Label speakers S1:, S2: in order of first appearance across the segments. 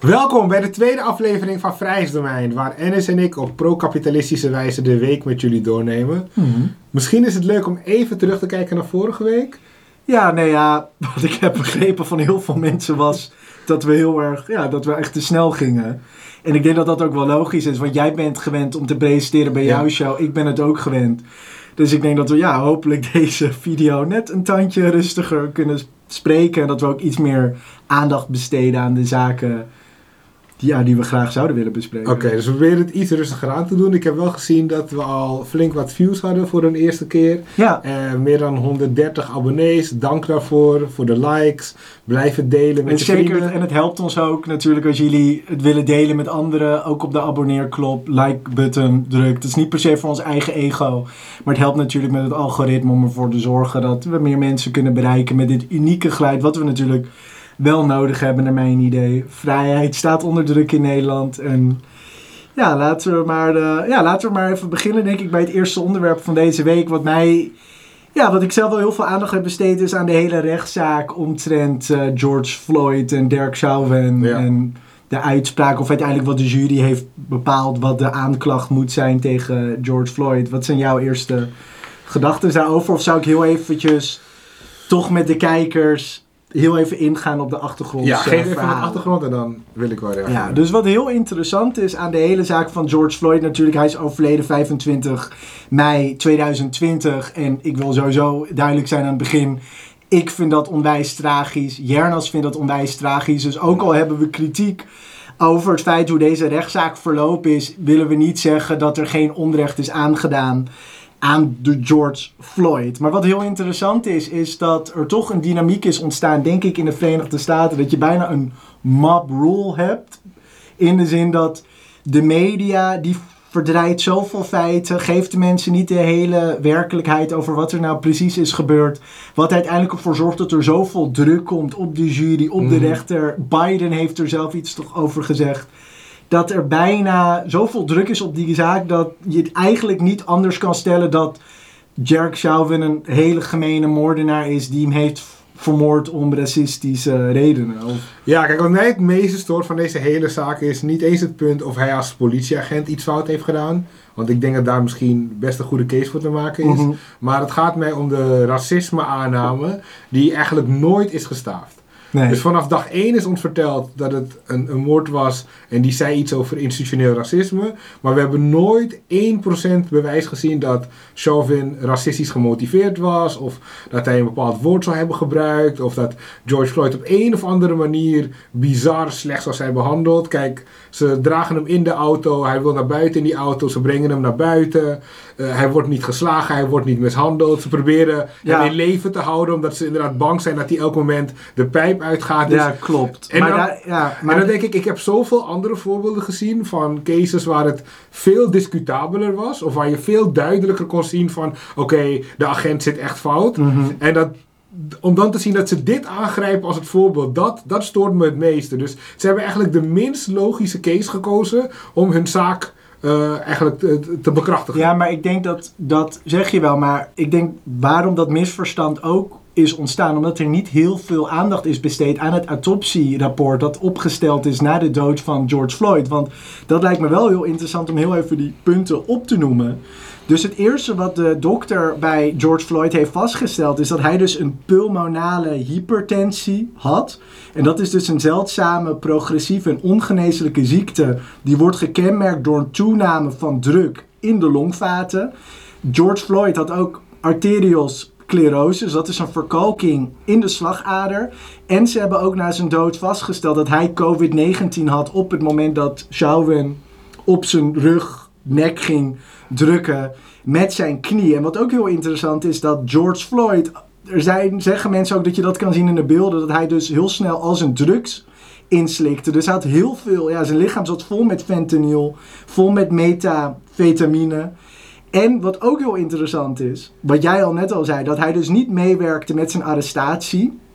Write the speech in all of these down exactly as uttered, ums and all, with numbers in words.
S1: Welkom bij de tweede aflevering van Vrijheidsdomein, waar Enes en ik op pro-kapitalistische wijze de week met jullie doornemen. Mm-hmm. Misschien is het leuk om even terug te kijken naar vorige week.
S2: Ja, nee ja, wat ik heb begrepen van heel veel mensen was dat we heel erg, ja, dat we echt te snel gingen. En ik denk dat dat ook wel logisch is, want jij bent gewend om te presenteren bij jouw ja. show, ik ben het ook gewend. Dus ik denk dat we ja, hopelijk deze video net een tandje rustiger kunnen spreken en dat we ook iets meer aandacht besteden aan de zaken die, ja, die we graag zouden willen bespreken.
S1: Oké, okay, dus we proberen het iets rustiger aan te doen. Ik heb wel gezien dat we al flink wat views hadden voor een eerste keer.
S2: Ja.
S1: Uh, meer dan honderddertig abonnees. Dank daarvoor, voor de likes. Blijf het delen met
S2: en
S1: je
S2: zeker,
S1: vrienden.
S2: En het helpt ons ook natuurlijk als jullie het willen delen met anderen. Ook op de abonneerklop, like-button drukt. Het is niet per se voor ons eigen ego. Maar het helpt natuurlijk met het algoritme om ervoor te zorgen dat we meer mensen kunnen bereiken met dit unieke geluid. Wat we natuurlijk wel nodig hebben, naar mijn idee. Vrijheid staat onder druk in Nederland. En ja, laten we maar, uh, ja, laten we maar even beginnen, denk ik, bij het eerste onderwerp van deze week. Wat mij, ja, wat ik zelf wel heel veel aandacht heb besteed, is aan de hele rechtszaak omtrent uh, George Floyd en Derek Chauvin. Ja. En de uitspraak, of uiteindelijk wat de jury heeft bepaald, wat de aanklacht moet zijn tegen George Floyd. Wat zijn jouw eerste gedachten daarover? Of zou ik heel eventjes toch met de kijkers heel even ingaan op de achtergrond.
S1: Ja, geef even de achtergrond en dan wil ik wel reageren.
S2: Ja, dus wat heel interessant is aan de hele zaak van George Floyd, natuurlijk, hij is overleden vijfentwintig mei tweeduizend twintig. En ik wil sowieso duidelijk zijn aan het begin, ik vind dat onwijs tragisch. Jernas vindt dat onwijs tragisch. Dus ook al hebben we kritiek over het feit hoe deze rechtszaak verlopen is, willen we niet zeggen dat er geen onrecht is aangedaan aan de George Floyd. Maar wat heel interessant is, is dat er toch een dynamiek is ontstaan, denk ik, in de Verenigde Staten, dat je bijna een mob rule hebt. In de zin dat de media, die verdraait zoveel feiten, geeft de mensen niet de hele werkelijkheid over wat er nou precies is gebeurd. Wat uiteindelijk ervoor zorgt dat er zoveel druk komt op de jury, op de mm. rechter. Biden heeft er zelf iets toch over gezegd. Dat er bijna zoveel druk is op die zaak dat je het eigenlijk niet anders kan stellen dat Derek Chauvin een hele gemene moordenaar is die hem heeft vermoord om racistische redenen. Of...
S1: Ja, kijk, wat mij het meeste stoort van deze hele zaak is niet eens het punt of hij als politieagent iets fout heeft gedaan. Want ik denk dat daar misschien best een goede case voor te maken is. Mm-hmm. Maar het gaat mij om de racisme-aanname die eigenlijk nooit is gestaafd. Nee. Dus vanaf dag één is ons verteld dat het een, een moord was en die zei iets over institutioneel racisme. Maar we hebben nooit één procent bewijs gezien dat Chauvin racistisch gemotiveerd was. Of dat hij een bepaald woord zou hebben gebruikt. Of dat George Floyd op een of andere manier bizar slecht zou zijn behandeld. Kijk, ze dragen hem in de auto. Hij wil naar buiten in die auto. Ze brengen hem naar buiten. Uh, hij wordt niet geslagen. Hij wordt niet mishandeld. Ze proberen ja. hem in leven te houden omdat ze inderdaad bang zijn dat hij elk moment de pijp uitgaat. Dus,
S2: ja, klopt.
S1: En,
S2: maar
S1: dan,
S2: da, ja, maar
S1: en dan denk ik, ik heb zoveel andere voorbeelden gezien van cases waar het veel discutabeler was. Of waar je veel duidelijker kon zien van, oké, okay, de agent zit echt fout. Mm-hmm. En dat, om dan te zien dat ze dit aangrijpen als het voorbeeld, dat, dat stoort me het meeste. Dus ze hebben eigenlijk de minst logische case gekozen om hun zaak Uh, eigenlijk te, te bekrachtigen.
S2: Ja, maar ik denk dat, dat zeg je wel, maar ik denk waarom dat misverstand ook is ontstaan, omdat er niet heel veel aandacht is besteed aan het autopsierapport dat opgesteld is na de dood van George Floyd. Want dat lijkt me wel heel interessant om heel even die punten op te noemen. Dus het eerste wat de dokter bij George Floyd heeft vastgesteld is dat hij dus een pulmonale hypertensie had. En dat is dus een zeldzame, progressieve en ongeneeslijke ziekte. Die wordt gekenmerkt door een toename van druk in de longvaten. George Floyd had ook arteriosclerose, dus dat is een verkalking in de slagader. En ze hebben ook na zijn dood vastgesteld dat hij covid negentien had op het moment dat Chauvin op zijn rug, nek ging drukken met zijn knie. En wat ook heel interessant is, dat George Floyd, er zijn, zeggen mensen ook dat je dat kan zien in de beelden, dat hij dus heel snel al zijn drugs inslikte. Dus hij had heel veel, ja, zijn lichaam zat vol met fentanyl, vol met methamphetamine. En wat ook heel interessant is, wat jij al net al zei, dat hij dus niet meewerkte met zijn arrestatie.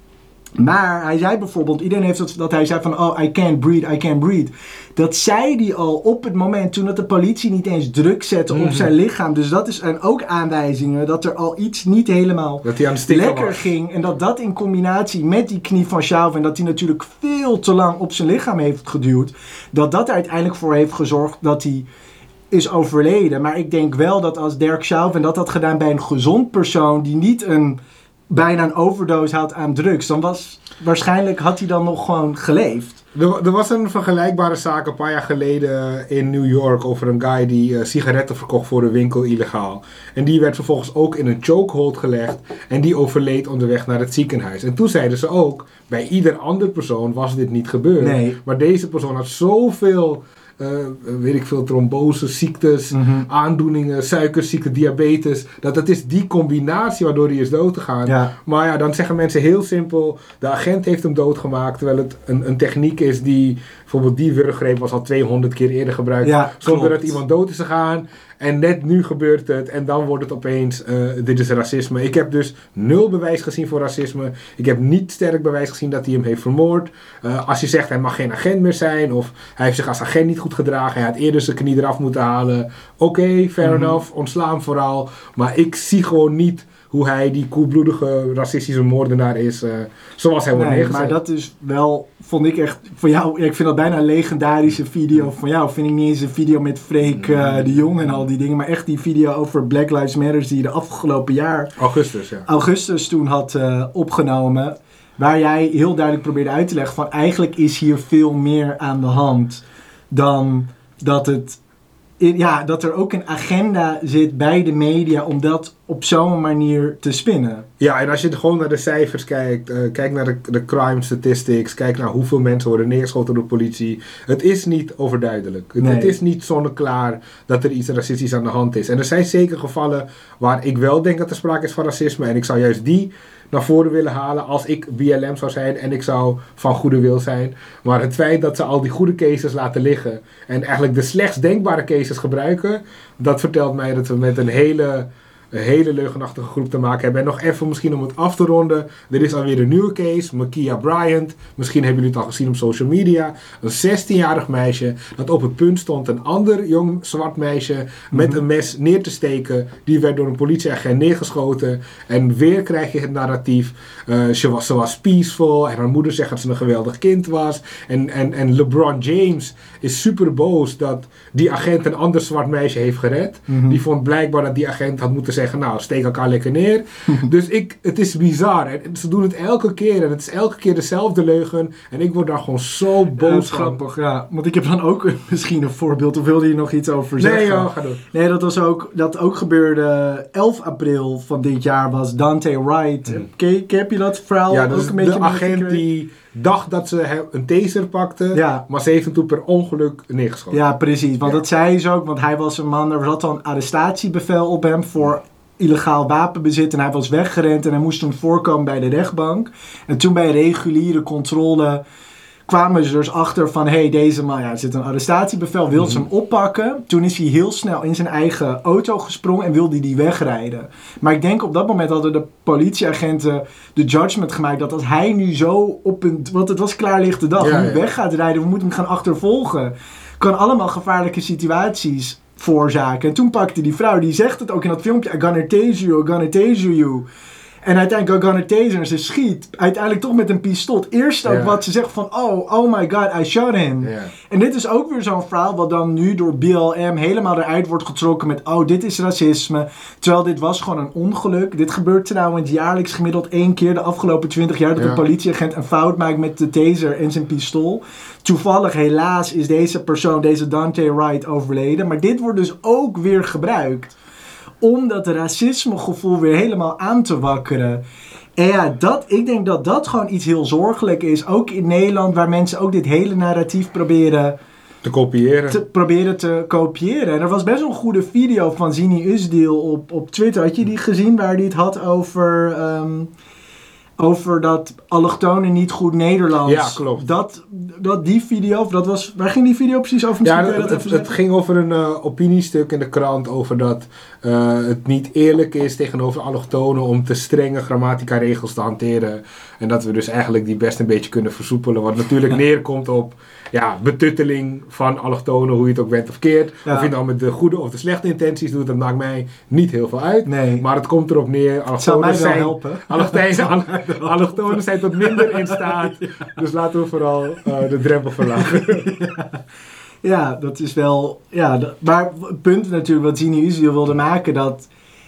S2: Maar hij zei bijvoorbeeld, iedereen heeft het, dat hij zei van, oh, I can't breathe, I can't breathe. Dat zei hij al op het moment toen dat de politie niet eens druk zette mm-hmm. op zijn lichaam. Dus dat is en ook aanwijzingen dat er al iets niet helemaal
S1: dat hij aan de
S2: lekker
S1: was.
S2: ging. En dat dat in combinatie met die knie van Chauvin, dat hij natuurlijk veel te lang op zijn lichaam heeft geduwd. Dat dat er uiteindelijk voor heeft gezorgd dat hij is overleden. Maar ik denk wel dat als Derek Chauvin dat had gedaan bij een gezond persoon die niet een bijna een overdose had aan drugs, dan was waarschijnlijk had hij dan nog gewoon geleefd.
S1: Er, er was een vergelijkbare zaak een paar jaar geleden in New York over een guy die uh, sigaretten verkocht voor de winkel illegaal. En die werd vervolgens ook in een chokehold gelegd en die overleed onderweg naar het ziekenhuis. En toen zeiden ze ook, bij ieder ander persoon was dit niet gebeurd.
S2: Nee.
S1: Maar deze persoon had zoveel Uh, weet ik veel, trombose, ziektes, mm-hmm. aandoeningen, suikerziekte, diabetes. Dat het is die combinatie waardoor hij is doodgegaan.
S2: Ja. Maar
S1: ja, dan zeggen mensen heel simpel, de agent heeft hem doodgemaakt, terwijl het een, een techniek is die, bijvoorbeeld die wurggreep was al tweehonderd keer eerder gebruikt,
S2: ja,
S1: zonder
S2: klopt.
S1: dat iemand dood is gegaan. En net nu gebeurt het en dan wordt het opeens, uh, dit is racisme. Ik heb dus nul bewijs gezien voor racisme. Ik heb niet sterk bewijs gezien dat hij hem heeft vermoord. Uh, als je zegt hij mag geen agent meer zijn of hij heeft zich als agent niet goed gedragen, hij had eerder zijn knie eraf moeten halen. Oké, okay, fair mm-hmm. enough, ontslaan vooral. Maar ik zie gewoon niet hoe hij die koelbloedige racistische moordenaar is, uh, zoals hij wordt
S2: nee,
S1: neergezet.
S2: Maar dat is wel, vond ik echt, van jou, ik vind dat bijna een legendarische video van jou. Vind ik niet eens een video met Freek uh, de Jong en al die dingen, maar echt die video over Black Lives Matter die je de afgelopen jaar,
S1: Augustus, ja.
S2: Augustus toen had uh, opgenomen, waar jij heel duidelijk probeerde uit te leggen van eigenlijk is hier veel meer aan de hand dan dat het Ja, dat er ook een agenda zit bij de media om dat op zo'n manier te spinnen.
S1: Ja, en als je gewoon naar de cijfers kijkt, uh, kijk naar de, de crime statistics, kijk naar hoeveel mensen worden neergeschoten door de politie. Het is niet overduidelijk. Nee. Het is niet zonneklaar dat er iets racistisch aan de hand is. En er zijn zeker gevallen waar ik wel denk dat er sprake is van racisme. En ik zou juist die naar voren willen halen als ik B L M zou zijn en ik zou van goede wil zijn. Maar het feit dat ze al die goede cases laten liggen en eigenlijk de slechtst denkbare cases gebruiken, dat vertelt mij dat we met een hele, een hele leugenachtige groep te maken hebben. En nog even misschien om het af te ronden, er is alweer een nieuwe case, Ma'Khia Bryant. Misschien hebben jullie het al gezien op social media. Een zestienjarig meisje dat op het punt stond een ander jong zwart meisje met mm-hmm. een mes neer te steken. Die werd door een politieagent neergeschoten. En weer krijg je het narratief. Uh, ze, was, ze was peaceful en haar moeder zegt dat ze een geweldig kind was. En, en, en LeBron James is super boos dat die agent een ander zwart meisje heeft gered. Mm-hmm. Die vond blijkbaar dat die agent had moeten zeggen, nou, steek elkaar lekker neer. Dus ik, het is bizar. En ze doen het elke keer. En het is elke keer dezelfde leugen. En ik word daar gewoon zo boos
S2: ja,
S1: van.
S2: Grappig, ja. Want ik heb dan ook misschien een voorbeeld. Of wilde je nog iets over zeggen?
S1: Nee, joh, ga door.
S2: Nee, dat was ook, dat ook gebeurde elf april van dit jaar was Daunte Wright. Mm. Ke- heb je dat verhaal
S1: ja,
S2: ook
S1: dus
S2: een beetje
S1: de agent die dacht dat ze een taser pakte, ja. maar ze heeft hem toen per ongeluk neergeschoten.
S2: Ja, precies. Want ja. dat zei ze ook, want hij was een man, er zat al een arrestatiebevel op hem voor illegaal wapenbezit en hij was weggerend en hij moest toen voorkomen bij de rechtbank. En toen bij reguliere controle kwamen ze dus achter van, hé, hey, deze man, ja, er zit een arrestatiebevel, wil ze hem oppakken. Toen is hij heel snel in zijn eigen auto gesprongen en wilde hij die wegrijden. Maar ik denk op dat moment hadden de politieagenten de judgment gemaakt dat als hij nu zo op een, want het was klaarlichte dag, ja, nu ja. weg gaat rijden, we moeten hem gaan achtervolgen. Kan allemaal gevaarlijke situaties veroorzaken. En toen pakte die vrouw, die zegt het ook in dat filmpje, I'm gonna tase you, I'm gonna tase you. En uiteindelijk I'm gonna tase en ze schiet uiteindelijk toch met een pistool. Eerst ook yeah. wat ze zegt van, oh, oh my god, I shot him. Yeah. En dit is ook weer zo'n verhaal wat dan nu door B L M helemaal eruit wordt getrokken met, oh, dit is racisme. Terwijl dit was gewoon een ongeluk. Dit gebeurt trouwens jaarlijks gemiddeld één keer de afgelopen twintig jaar dat yeah. een politieagent een fout maakt met de taser en zijn pistool. Toevallig, helaas, is deze persoon, deze Daunte Wright, overleden. Maar dit wordt dus ook weer gebruikt om dat racismegevoel weer helemaal aan te wakkeren. En ja, dat, ik denk dat dat gewoon iets heel zorgelijk is. Ook in Nederland, waar mensen ook dit hele narratief proberen
S1: te kopiëren.
S2: Te proberen te kopiëren. En er was best wel een goede video van Zini Usdeel op, op Twitter. Had je die gezien waar hij het had over Um, over dat allochtonen niet goed Nederlands.
S1: Ja, klopt.
S2: Dat, dat die video, dat was, waar ging die video precies over?
S1: Ja, het, het, het ging over een uh, opiniestuk in de krant over dat uh, het niet eerlijk is tegenover allochtonen om te strenge grammatica-regels te hanteren. En dat we dus eigenlijk die best een beetje kunnen versoepelen. Wat natuurlijk neerkomt op ja, betutteling van allochtonen, hoe je het ook bent of keert. Ja. Of je nou met de goede of de slechte intenties doet, dat maakt mij niet heel veel uit.
S2: Nee.
S1: Maar het komt erop neer, allochtonen zijn, allochtonen, allochtonen zijn tot minder in staat. Ja. Dus laten we vooral uh, de drempel verlagen.
S2: Ja. Ja, dat is wel... Ja, dat, maar het punt natuurlijk wat Zini Uzziel wilde maken, dat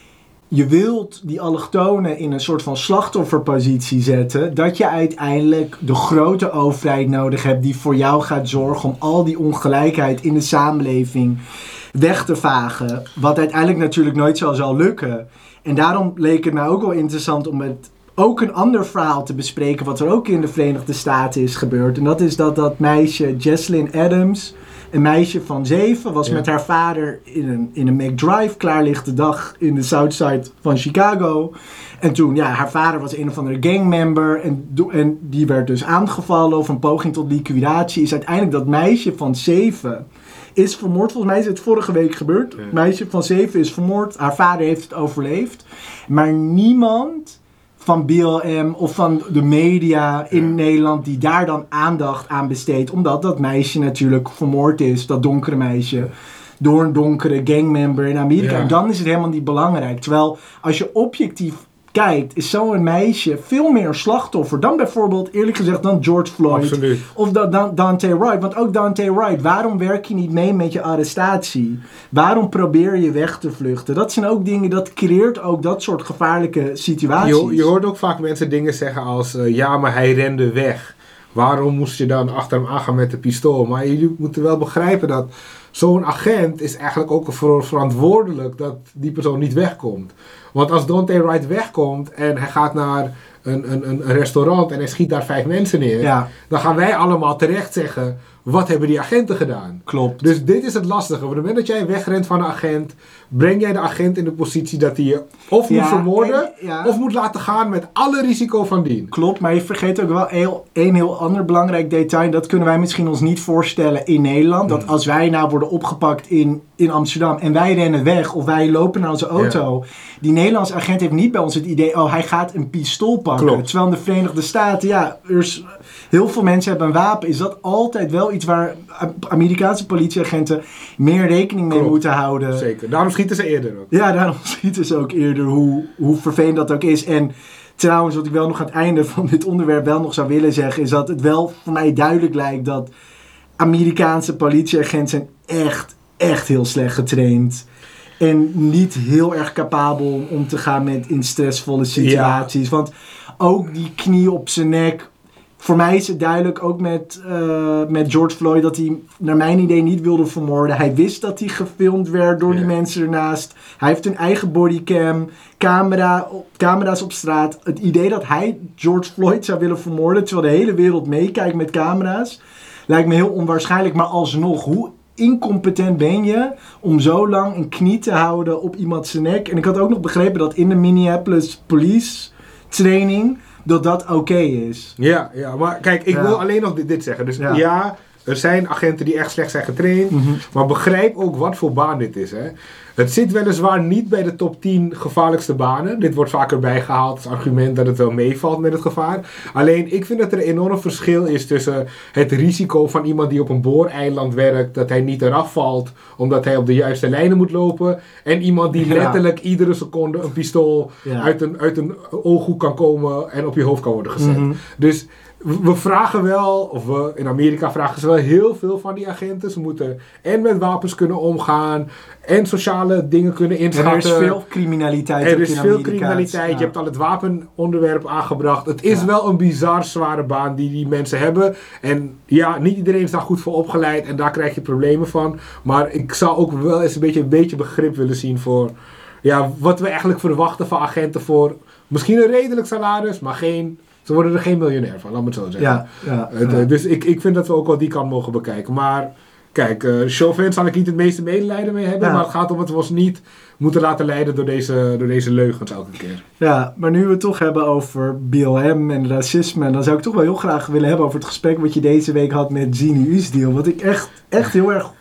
S2: je wilt die allochtonen in een soort van slachtofferpositie zetten, dat je uiteindelijk de grote overheid nodig hebt die voor jou gaat zorgen om al die ongelijkheid in de samenleving weg te vagen. Wat uiteindelijk natuurlijk nooit zo zal lukken. En daarom leek het mij ook wel interessant om het ook een ander verhaal te bespreken wat er ook in de Verenigde Staten is gebeurd. En dat is dat dat meisje Jesslyn Adams, een meisje van zeven, was ja. met haar vader in een, in een McDrive, klaarlichte dag in de Southside van Chicago. En toen, ja, haar vader was een of andere gangmember en, en die werd dus aangevallen of een poging tot liquidatie. Is uiteindelijk dat meisje van zeven is vermoord. Volgens mij is het vorige week gebeurd. Ja. Het meisje van zeven is vermoord. Haar vader heeft het overleefd. Maar niemand van B L M of van de media in ja. Nederland die daar dan aandacht aan besteedt. Omdat dat meisje natuurlijk vermoord is, dat donkere meisje, door een donkere gangmember in Amerika. Ja. En dan is het helemaal niet belangrijk. Terwijl als je objectief kijkt, is zo'n meisje veel meer een slachtoffer dan bijvoorbeeld, eerlijk gezegd, dan George Floyd. Absoluut. Of dan, dan Daunte Wright. Want ook Daunte Wright, waarom werk je niet mee met je arrestatie? Waarom probeer je weg te vluchten? Dat zijn ook dingen, dat creëert ook dat soort gevaarlijke situaties.
S1: Je, je hoort ook vaak mensen dingen zeggen als, uh, ja, maar hij rende weg. Waarom moest je dan achter hem aangaan met de pistool? Maar jullie moeten wel begrijpen dat zo'n agent is eigenlijk ook ervoor verantwoordelijk dat die persoon niet wegkomt. Want als Daunte Wright wegkomt en hij gaat naar een, een, een restaurant en hij schiet daar vijf mensen neer, ja. dan gaan wij allemaal terecht zeggen, wat hebben die agenten gedaan?
S2: Klopt.
S1: Dus dit is het lastige. Op het moment dat jij wegrent van een agent, breng jij de agent in de positie dat hij je of ja, moet vermoorden, en, ja. of moet laten gaan met alle risico van dien.
S2: Klopt, maar je vergeet ook wel heel, een heel ander belangrijk detail. Dat kunnen wij misschien ons niet voorstellen in Nederland. Dat als wij nou worden opgepakt in, in Amsterdam en wij rennen weg of wij lopen naar onze auto, ja. die Nederlandse agent heeft niet bij ons het idee, oh, hij gaat een pistool pakken. Klopt. Terwijl in de Verenigde Staten, ja, er is, heel veel mensen hebben een wapen. Is dat altijd wel iets waar Amerikaanse politieagenten meer rekening mee Klopt. moeten houden?
S1: Zeker. Daarom schieten ze eerder ook.
S2: Ja, daarom schieten ze ook eerder, hoe, hoe vervelend dat ook is. En trouwens, wat ik wel nog aan het einde van dit onderwerp wel nog zou willen zeggen, is dat het wel voor mij duidelijk lijkt dat Amerikaanse politieagenten zijn echt, echt heel slecht getraind. En niet heel erg capabel om te gaan met in stressvolle situaties. Ja. Want ook die knie op zijn nek. Voor mij is het duidelijk, ook met, uh, met George Floyd, dat hij naar mijn idee niet wilde vermoorden. Hij wist dat hij gefilmd werd door ja. die mensen ernaast. Hij heeft een eigen bodycam, camera, camera's op straat. Het idee dat hij George Floyd zou willen vermoorden, terwijl de hele wereld meekijkt met camera's, lijkt me heel onwaarschijnlijk. Maar alsnog, hoe incompetent ben je om zo lang een knie te houden op iemands nek? En ik had ook nog begrepen dat in de Minneapolis police training dat dat oké okay is.
S1: Ja, ja, maar kijk, ik ja. wil alleen nog dit, dit zeggen. Dus ja. ja, er zijn agenten die echt slecht zijn getraind. Mm-hmm. Maar begrijp ook wat voor baan dit is. Hè. Het zit weliswaar niet bij de top tien gevaarlijkste banen. Dit wordt vaker bijgehaald als argument dat het wel meevalt met het gevaar. Alleen, ik vind dat er een enorm verschil is tussen het risico van iemand die op een booreiland werkt, dat hij niet eraf valt omdat hij op de juiste lijnen moet lopen, en iemand die ja. letterlijk iedere seconde een pistool ja. uit, een, uit een ooghoek kan komen en op je hoofd kan worden gezet. Mm-hmm. Dus we vragen wel, of we in Amerika vragen ze wel heel veel van die agenten. Ze moeten en met wapens kunnen omgaan en sociale dingen kunnen inschatten.
S2: Er is veel criminaliteit.
S1: Er is veel criminaliteit. Ja. Je hebt al het wapenonderwerp aangebracht. Het is ja. wel een bizar zware baan die die mensen hebben. En ja, niet iedereen is daar goed voor opgeleid en daar krijg je problemen van. Maar ik zou ook wel eens een beetje, een beetje begrip willen zien voor ja, wat we eigenlijk verwachten van agenten voor misschien een redelijk salaris, maar geen... Ze worden er geen miljonair van, laat me het zo zeggen.
S2: Ja, ja,
S1: het,
S2: ja.
S1: Dus ik, ik vind dat we ook wel die kant mogen bekijken. Maar kijk, uh, Chauvin zal ik niet het meeste medelijden mee hebben. Ja. Maar het gaat om dat we ons niet moeten laten leiden door deze, door deze leugens elke keer.
S2: Ja, maar nu we het toch hebben over B L M en racisme, dan zou ik toch wel heel graag willen hebben over het gesprek wat je deze week had met Zini Uzziel. Wat ik echt, echt heel erg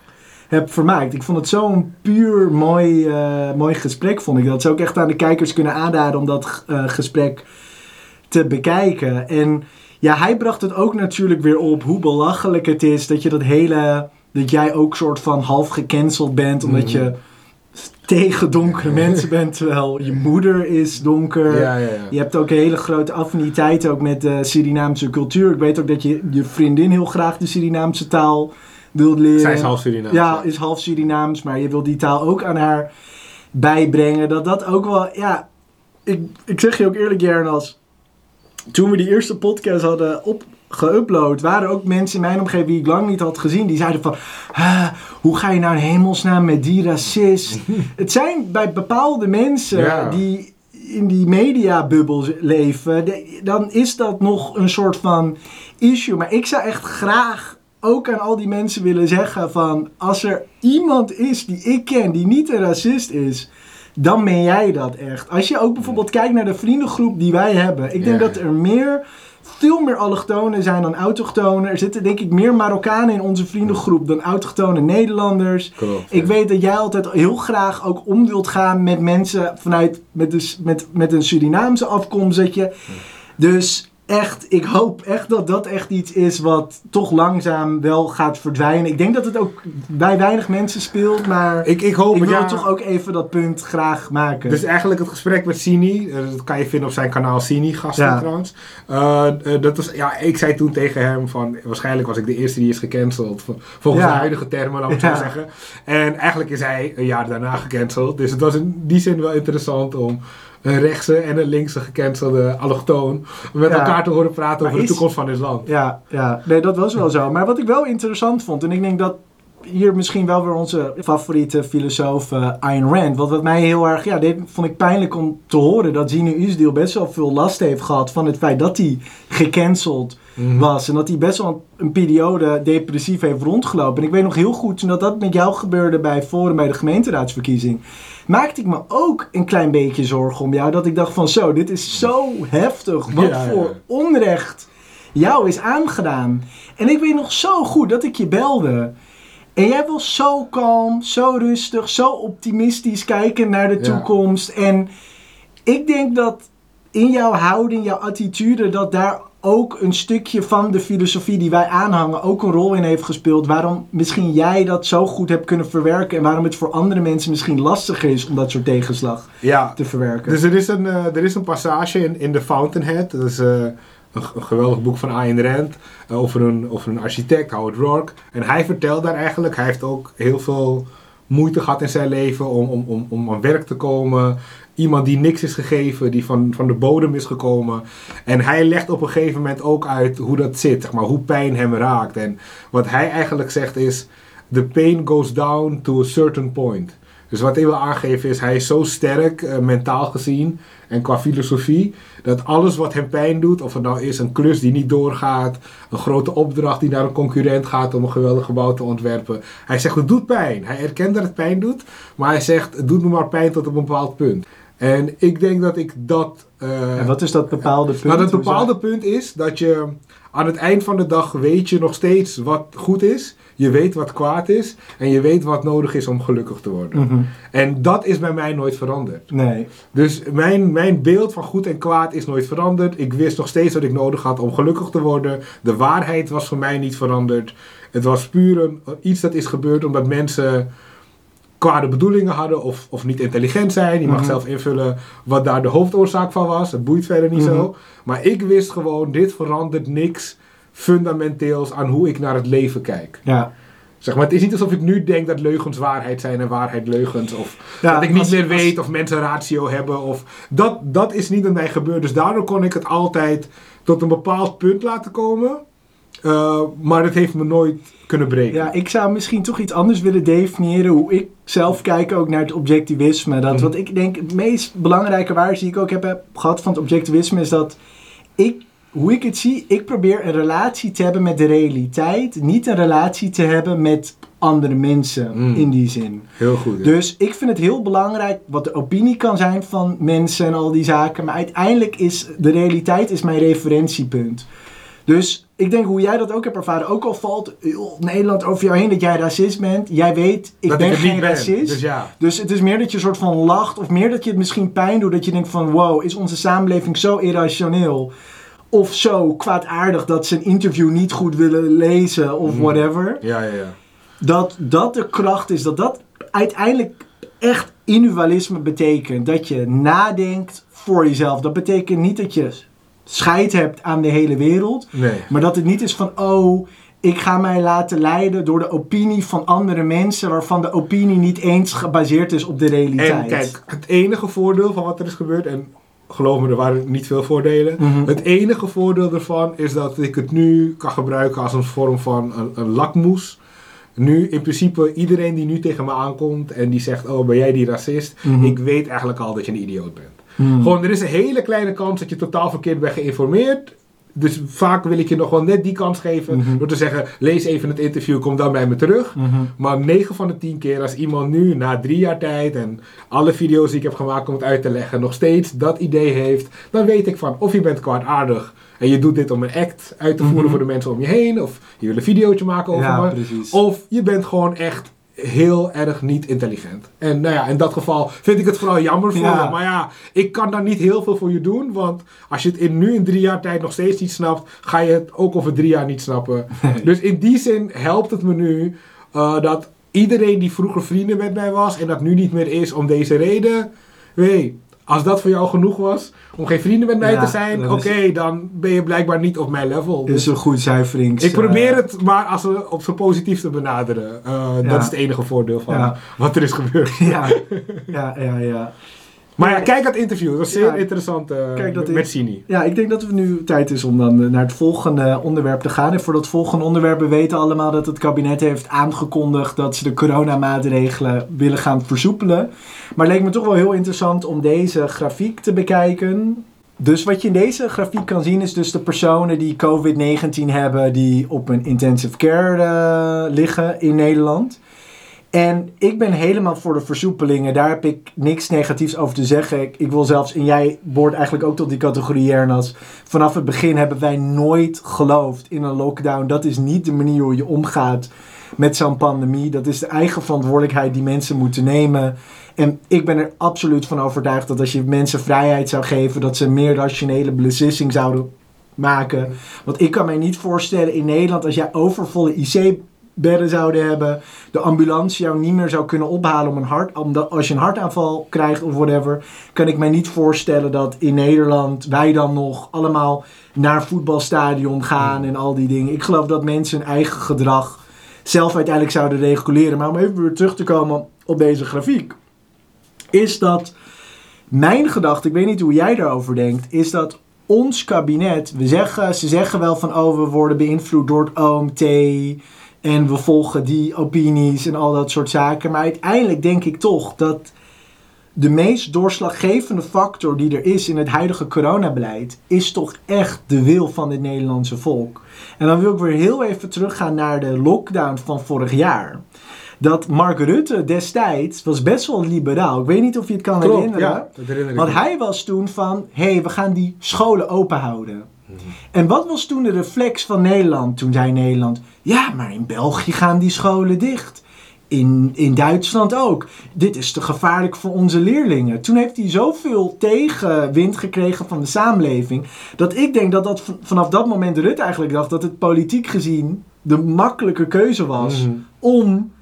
S2: heb vermaakt. Ik vond het zo'n puur mooi, uh, mooi gesprek, vond ik. Dat zou ook echt aan de kijkers kunnen aanraden om dat uh, gesprek te bekijken. En ja, hij bracht het ook natuurlijk weer op hoe belachelijk het is dat je dat hele... dat jij ook soort van half gecanceld bent, omdat mm-hmm. je tegen donkere mensen bent, terwijl je moeder is donker.
S1: Ja, ja, ja.
S2: Je hebt ook een hele grote affiniteit ook met de Surinaamse cultuur. Ik weet ook dat je je vriendin heel graag de Surinaamse taal wilt leren.
S1: Zij is half Surinaams.
S2: Ja, is half Surinaams, maar je wil die taal ook aan haar bijbrengen. Dat dat ook wel, ja... Ik, ik zeg je ook eerlijk, Jernas, toen we die eerste podcast hadden op... geüpload, waren ook mensen in mijn omgeving die ik lang niet had gezien, die zeiden van, ah, hoe ga je nou in hemelsnaam met die racist? Het zijn bij bepaalde mensen ja. die in die mediabubbel leven, de, dan is dat nog een soort van issue. Maar ik zou echt graag ook aan al die mensen willen zeggen van, als er iemand is die ik ken, die niet een racist is, dan ben jij dat echt. Als je ook bijvoorbeeld kijkt naar de vriendengroep die wij hebben, ik denk ja. dat er meer... veel meer allochtonen zijn dan autochtonen. Er zitten denk ik meer Marokkanen in onze vriendengroep dan autochtone Nederlanders.
S1: Klopt,
S2: ik
S1: ja.
S2: weet dat jij altijd heel graag ook om wilt gaan met mensen vanuit met, dus, met, met een Surinaamse afkomst. Dat je. Dus echt, ik hoop echt dat dat echt iets is wat toch langzaam wel gaat verdwijnen. Ik denk dat het ook bij weinig mensen speelt, maar
S1: ik, ik, hoop,
S2: ik wil
S1: ja,
S2: toch ook even dat punt graag maken.
S1: Dus eigenlijk het gesprek met Sini, dat kan je vinden op zijn kanaal Sini, gasten ja. trouwens. Uh, uh, dat was, ja, ik zei toen tegen hem van, waarschijnlijk was ik de eerste die is gecanceld, volgens ja. de huidige termen, laat ik ja. zo zeggen. En eigenlijk is hij een jaar daarna gecanceld, dus het was in die zin wel interessant om een rechtse en een linkse gecancelde allochtoon met ja. elkaar te horen praten maar over is, de toekomst van dit land.
S2: Ja, ja, nee, dat was wel zo. Maar wat ik wel interessant vond, en ik denk dat hier misschien wel weer onze favoriete filosoof uh, Ayn Rand, wat, wat mij heel erg, ja, dit vond ik pijnlijk om te horen, dat Zine Usdeel best wel veel last heeft gehad van het feit dat hij gecanceld mm-hmm. was. En dat hij best wel een periode depressief heeft rondgelopen. En ik weet nog heel goed, toen dat, dat met jou gebeurde bij Forum bij de gemeenteraadsverkiezing, maakte ik me ook een klein beetje zorgen om jou. Dat ik dacht van zo, dit is zo heftig. Wat ja, voor ja. onrecht jou is aangedaan. En ik weet nog zo goed dat ik je belde. En jij was zo kalm, zo rustig, zo optimistisch kijken naar de ja. toekomst. En ik denk dat in jouw houding, jouw attitude, dat daar ook een stukje van de filosofie die wij aanhangen ook een rol in heeft gespeeld. Waarom misschien jij dat zo goed hebt kunnen verwerken en waarom het voor andere mensen misschien lastiger is om dat soort tegenslag ja. te verwerken.
S1: Dus er is een, uh, er is een passage in, in The Fountainhead. Dat is uh, een, een geweldig boek van Ayn Rand uh, over, een, over een architect, Howard Rourke. En hij vertelt daar eigenlijk, hij heeft ook heel veel moeite gehad in zijn leven om, om, om, om aan werk te komen. Iemand die niks is gegeven, die van, van de bodem is gekomen. En hij legt op een gegeven moment ook uit hoe dat zit, zeg maar, hoe pijn hem raakt. En wat hij eigenlijk zegt is, the pain goes down to a certain point. Dus wat hij wil aangeven is, hij is zo sterk, uh, mentaal gezien en qua filosofie, dat alles wat hem pijn doet, of het nou is een klus die niet doorgaat, een grote opdracht die naar een concurrent gaat om een geweldig gebouw te ontwerpen. Hij zegt, het doet pijn. Hij erkent dat het pijn doet, maar hij zegt, het doet me maar pijn tot een bepaald punt. En ik denk dat ik dat... Uh,
S2: en wat is dat bepaalde punt?
S1: Nou, dat bepaalde punt is dat je aan het eind van de dag weet je nog steeds wat goed is. Je weet wat kwaad is. En je weet wat nodig is om gelukkig te worden. Mm-hmm. En dat is bij mij nooit veranderd.
S2: Nee.
S1: Dus mijn, mijn beeld van goed en kwaad is nooit veranderd. Ik wist nog steeds wat ik nodig had om gelukkig te worden. De waarheid was voor mij niet veranderd. Het was puur een, iets dat is gebeurd omdat mensen kwade bedoelingen hadden of, of niet intelligent zijn. Je mag mm-hmm. zelf invullen wat daar de hoofdoorzaak van was. Het boeit verder niet mm-hmm. zo. Maar ik wist gewoon, dit verandert niks fundamenteels aan hoe ik naar het leven kijk.
S2: Ja.
S1: Zeg maar, het is niet alsof ik nu denk dat leugens waarheid zijn en waarheid leugens. Of
S2: ja,
S1: dat ik niet
S2: als,
S1: meer
S2: als,
S1: weet of mensen ratio hebben. Of dat, dat is niet met mij gebeurd. Dus daardoor kon ik het altijd tot een bepaald punt laten komen. Uh, maar dat heeft me nooit kunnen breken.
S2: Ja, ik zou misschien toch iets anders willen definiëren hoe ik zelf kijk ook naar het objectivisme. Dat mm-hmm. wat ik denk het meest belangrijke waarde die ik ook heb, heb gehad van het objectivisme is dat ik, hoe ik het zie, ik probeer een relatie te hebben met de realiteit. Niet een relatie te hebben met andere mensen mm. in die zin.
S1: Heel goed. Ja.
S2: Dus ik vind het heel belangrijk wat de opinie kan zijn van mensen en al die zaken. Maar uiteindelijk is de realiteit is mijn referentiepunt. Dus ik denk hoe jij dat ook hebt ervaren, ook al valt heel Nederland over jou heen dat jij racist bent, jij weet, ik
S1: dat
S2: ben
S1: ik
S2: geen
S1: niet ben.
S2: racist.
S1: Dus, ja.
S2: Dus het is meer dat je een soort van lacht, of meer dat je het misschien pijn doet, dat je denkt van, wow, is onze samenleving zo irrationeel? Of zo kwaadaardig dat ze een interview niet goed willen lezen, of
S1: mm.
S2: whatever.
S1: Ja, ja, ja.
S2: Dat dat de kracht is, dat dat uiteindelijk echt individualisme betekent. Dat je nadenkt voor jezelf. Dat betekent niet dat je scheid hebt aan de hele wereld.
S1: Nee.
S2: Maar dat het niet is van, oh, ik ga mij laten leiden door de opinie van andere mensen, waarvan de opinie niet eens gebaseerd is op de realiteit.
S1: En kijk, het enige voordeel van wat er is gebeurd, en geloof me, er waren niet veel voordelen.
S2: Mm-hmm.
S1: Het enige voordeel ervan is dat ik het nu kan gebruiken als een vorm van een, een lakmoes. Nu, in principe, iedereen die nu tegen me aankomt en die zegt, oh, ben jij die racist?
S2: Mm-hmm.
S1: Ik weet eigenlijk al dat je een idioot bent.
S2: Mm.
S1: Gewoon, er is een hele kleine kans dat je totaal verkeerd bent geïnformeerd. Dus vaak wil ik je nog wel net die kans geven.
S2: Mm-hmm.
S1: Door te zeggen, lees even het interview, kom dan bij me terug.
S2: Mm-hmm.
S1: Maar negen van de tien keer als iemand nu, na drie jaar tijd en alle video's die ik heb gemaakt om het uit te leggen, nog steeds dat idee heeft, dan weet ik van, of je bent kwaadaardig en je doet dit om een act uit te voeren mm-hmm. voor de mensen om je heen, of je wil een videootje maken over
S2: ja,
S1: me.
S2: Precies.
S1: Of je bent gewoon echt heel erg niet intelligent. En nou ja, in dat geval vind ik het vooral jammer voor
S2: ja.
S1: je. Maar ja, ik kan daar niet heel veel voor je doen. Want als je het in, nu in drie jaar tijd nog steeds niet snapt, ga je het ook over drie jaar niet snappen.
S2: Nee.
S1: Dus in die zin helpt het me nu uh, dat iedereen die vroeger vrienden met mij was en dat nu niet meer is om deze reden. Weet, als dat voor jou genoeg was om geen vrienden met mij
S2: ja,
S1: te zijn, oké, okay, dan ben je blijkbaar niet op mijn level.
S2: Is
S1: dus
S2: een goed zuiverings...
S1: Ik probeer het maar als we op zo positief te benaderen. Uh,
S2: ja.
S1: Dat is het enige voordeel van ja. wat er is gebeurd.
S2: Ja, ja, ja. ja.
S1: Maar ja, kijk het interview. Dat was zeer
S2: ja,
S1: interessant uh,
S2: kijk, dat
S1: met, met
S2: is,
S1: Sini.
S2: Ja, ik denk dat het nu tijd is om dan naar het volgende onderwerp te gaan. En voor dat volgende onderwerp, we weten allemaal dat het kabinet heeft aangekondigd dat ze de coronamaatregelen willen gaan versoepelen. Maar het leek me toch wel heel interessant om deze grafiek te bekijken. Dus wat je in deze grafiek kan zien is dus de personen die covid negentien hebben die op een intensive care uh, liggen in Nederland. En ik ben helemaal voor de versoepelingen. Daar heb ik niks negatiefs over te zeggen. Ik, ik wil zelfs, en jij behoort eigenlijk ook tot die categorie, Ernas. Vanaf het begin hebben wij nooit geloofd in een lockdown. Dat is niet de manier hoe je omgaat met zo'n pandemie. Dat is de eigen verantwoordelijkheid die mensen moeten nemen. En ik ben er absoluut van overtuigd dat als je mensen vrijheid zou geven, dat ze een meer rationele beslissing zouden maken. Want ik kan mij niet voorstellen in Nederland, als jij overvolle I C-bedden zouden hebben, de ambulance jou niet meer zou kunnen ophalen om een hart, omdat als je een hartaanval krijgt of whatever, kan ik mij niet voorstellen dat in Nederland wij dan nog allemaal naar voetbalstadion gaan en al die dingen. Ik geloof dat mensen hun eigen gedrag zelf uiteindelijk zouden reguleren. Maar om even weer terug te komen op deze grafiek, is dat mijn gedachte, ik weet niet hoe jij daarover denkt, is dat ons kabinet, we zeggen, ze zeggen wel van, oh, we worden beïnvloed door het O M T en we volgen die opinies en al dat soort zaken. Maar uiteindelijk denk ik toch dat de meest doorslaggevende factor die er is in het huidige coronabeleid is toch echt de wil van het Nederlandse volk. En dan wil ik weer heel even teruggaan naar de lockdown van vorig jaar. Dat Mark Rutte destijds was best wel liberaal. Ik weet niet of je het kan
S1: Klopt,
S2: herinneren.
S1: Ja, dat herinner ik
S2: Want
S1: me.
S2: hij was toen van, hé, hey, we gaan die scholen open houden.
S1: Mm-hmm.
S2: En wat was toen de reflex van Nederland? Toen zei Nederland, ja, maar in België gaan die scholen dicht. In, in Duitsland ook. Dit is te gevaarlijk voor onze leerlingen. Toen heeft hij zoveel tegenwind gekregen van de samenleving, dat ik denk dat dat vanaf dat moment Rutte eigenlijk dacht dat het politiek gezien de makkelijke keuze was mm-hmm. om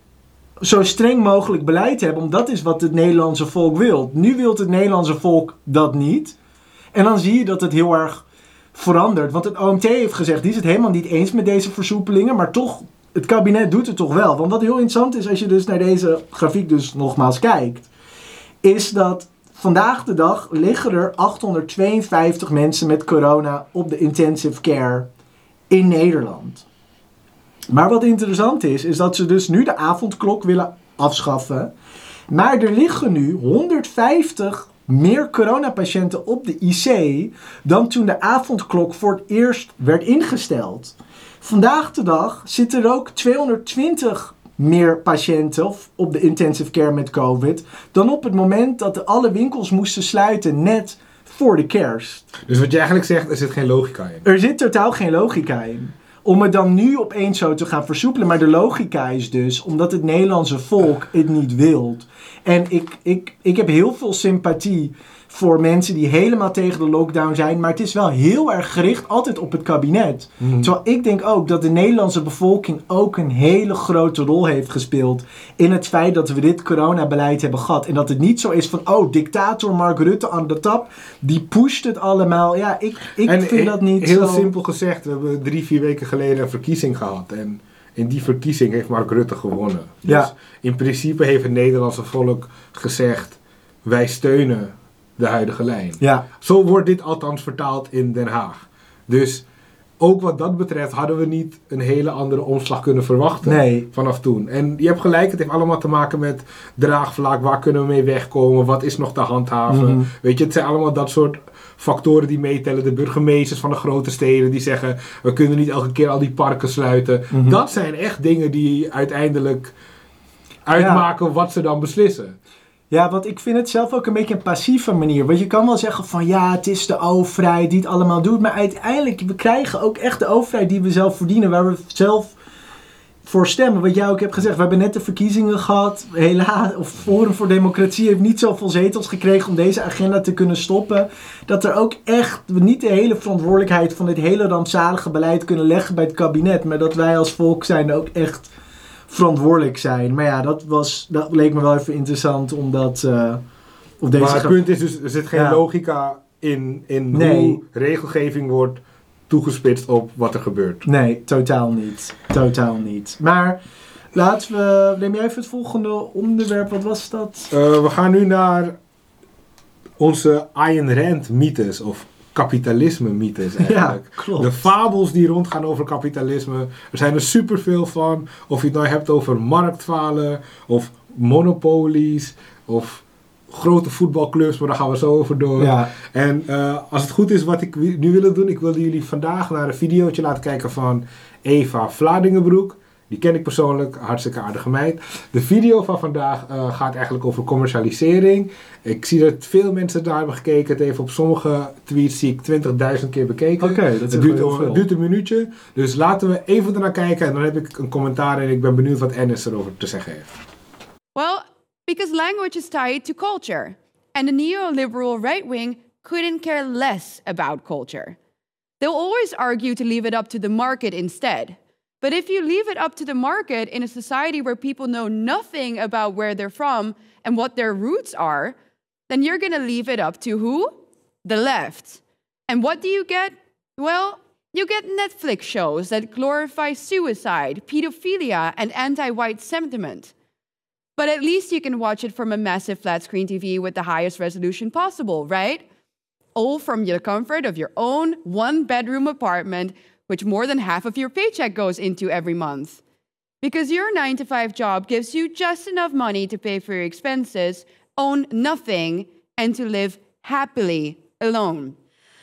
S2: zo streng mogelijk beleid te hebben. Want dat is wat het Nederlandse volk wil. Nu wil het Nederlandse volk dat niet. En dan zie je dat het heel erg verandert. Want het O M T heeft gezegd, die is het helemaal niet eens met deze versoepelingen, maar toch, het kabinet doet het toch wel. Want wat heel interessant is, als je dus naar deze grafiek dus nogmaals kijkt, is dat vandaag de dag liggen er achthonderdtweeënvijftig mensen met corona op de intensive care in Nederland. Maar wat interessant is, is dat ze dus nu de avondklok willen afschaffen. Maar er liggen nu honderdvijftig meer coronapatiënten op de I C dan toen de avondklok voor het eerst werd ingesteld. Vandaag de dag zitten er ook tweehonderdtwintig meer patiënten op de intensive care met COVID dan op het moment dat alle winkels moesten sluiten net voor de kerst.
S1: Dus wat je eigenlijk zegt, er zit geen logica in.
S2: Er zit totaal geen logica in. Om het dan nu opeens zo te gaan versoepelen. Maar de logica is dus, omdat het Nederlandse volk het niet wil. En ik, ik, ik heb heel veel sympathie voor mensen die helemaal tegen de lockdown zijn. Maar het is wel heel erg gericht altijd op het kabinet. Mm. Terwijl ik denk ook dat de Nederlandse bevolking ook een hele grote rol heeft gespeeld in het feit dat we dit coronabeleid hebben gehad. En dat het niet zo is van, oh, dictator Mark Rutte aan de tap, die pusht het allemaal. Ja, ik, ik en vind dat niet
S1: heel
S2: zo...
S1: simpel gezegd, we hebben drie, vier weken geleden een verkiezing gehad. En in die verkiezing heeft Mark Rutte gewonnen. Dus
S2: ja.
S1: in principe heeft het Nederlandse volk gezegd, wij steunen de huidige lijn.
S2: Ja.
S1: Zo wordt dit althans vertaald in Den Haag. Dus ook wat dat betreft hadden we niet een hele andere omslag kunnen verwachten
S2: nee.
S1: vanaf toen. En je hebt gelijk, het heeft allemaal te maken met draagvlak, waar kunnen we mee wegkomen, wat is nog te handhaven. Mm-hmm. Weet je, het zijn allemaal dat soort factoren die meetellen. De burgemeesters van de grote steden die zeggen, we kunnen niet elke keer al die parken sluiten. Mm-hmm. Dat zijn echt dingen die uiteindelijk uitmaken ja. wat ze dan beslissen.
S2: Ja, want ik vind het zelf ook een beetje een passieve manier. Want je kan wel zeggen van ja, het is de overheid die het allemaal doet. Maar uiteindelijk, we krijgen ook echt de overheid die we zelf verdienen. Waar we zelf voor stemmen. Wat jij ook hebt gezegd. We hebben net de verkiezingen gehad. Helaas, of Forum voor Democratie heeft niet zoveel zetels gekregen om deze agenda te kunnen stoppen. Dat er ook echt niet de hele verantwoordelijkheid van dit hele rampzalige beleid kunnen leggen bij het kabinet. Maar dat wij als volk zijn ook echt verantwoordelijk zijn. Maar ja, dat, was, dat leek me wel even interessant omdat uh, op deze...
S1: Maar het punt is dus, er zit geen ja. logica in, in
S2: nee.
S1: hoe regelgeving wordt toegespitst op wat er gebeurt.
S2: Nee, totaal niet. Totaal niet. Maar laten we... Neem jij even het volgende onderwerp. Wat was dat?
S1: Uh, we gaan nu naar onze Ayn Rand mythes of kapitalisme-mythes eigenlijk.
S2: Ja, klopt.
S1: De fabels die rondgaan over kapitalisme. Er zijn er superveel van. Of je het nou hebt over marktfalen, of monopolies, of grote voetbalclubs, maar daar gaan we zo over door.
S2: Ja.
S1: En uh, als het goed is wat ik nu wil doen, ik wilde jullie vandaag naar een videootje laten kijken van Eva Vladingenbroek. Die ken ik persoonlijk, hartstikke aardige meid. De video van vandaag uh, gaat eigenlijk over commercialisering. Ik zie dat veel mensen daar hebben gekeken. Het heeft op sommige tweets zie ik twintigduizend keer bekeken.
S2: Oké, okay, dat is
S1: het duurt,
S2: heel veel.
S1: Het duurt een minuutje. Dus laten we even ernaar kijken en dan heb ik een commentaar en ik ben benieuwd wat Ennis erover te zeggen heeft.
S3: Well, because language is tied to culture. And the neoliberal right wing couldn't care less about culture. They'll always argue to leave it up to the market instead. But if you leave it up to the market in a society where people know nothing about where they're from and what their roots are, then you're going to leave it up to who? The left. And what do you get? Well, you get Netflix shows that glorify suicide, pedophilia, and anti-white sentiment. But at least you can watch it from a massive flat screen T V with the highest resolution possible, right? All from the comfort of your own one-bedroom apartment, which more than half of your paycheck goes into every month. Because your nine to five job gives you just enough money to pay for your expenses, own nothing, and to live happily alone.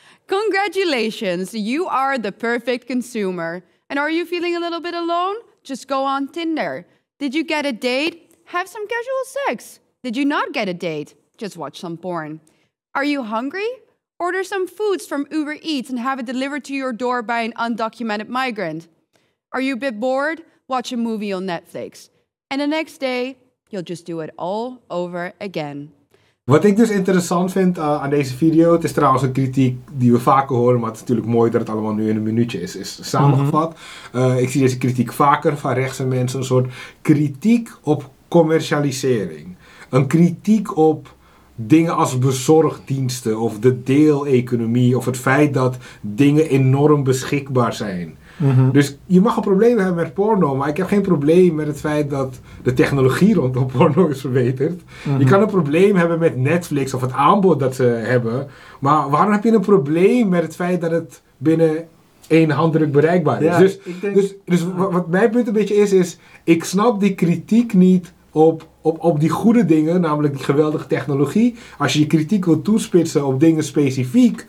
S3: Congratulations, you are the perfect consumer. And are you feeling a little bit alone? Just go on Tinder. Did you get a date? Have some casual sex. Did you not get a date? Just watch some porn. Are you hungry? Order some foods from Uber Eats and have it delivered to your door by an undocumented migrant. Are you a bit bored? Watch a movie on Netflix. And the next day, you'll just do it all over again.
S1: Wat ik dus interessant vind uh, aan deze video, het is trouwens een kritiek die we vaker horen, maar het is natuurlijk mooi dat het allemaal nu in een minuutje is, is samengevat. Mm-hmm. Uh, ik zie deze kritiek vaker van rechtse mensen, een soort kritiek op commercialisering. Een kritiek op dingen als bezorgdiensten of de deeleconomie of het feit dat dingen enorm beschikbaar zijn. Mm-hmm. Dus je mag een probleem hebben met porno, maar ik heb geen probleem met het feit dat de technologie rondom porno is verbeterd. Mm-hmm. Je kan een probleem hebben met Netflix of het aanbod dat ze hebben, maar waarom heb je een probleem met het feit dat het binnen één handdruk bereikbaar is? Ja, dus, denk... dus, dus wat mijn punt een beetje is, is ik snap die kritiek niet op, op, op die goede dingen, namelijk die geweldige technologie. Als je je kritiek wil toespitsen op dingen specifiek,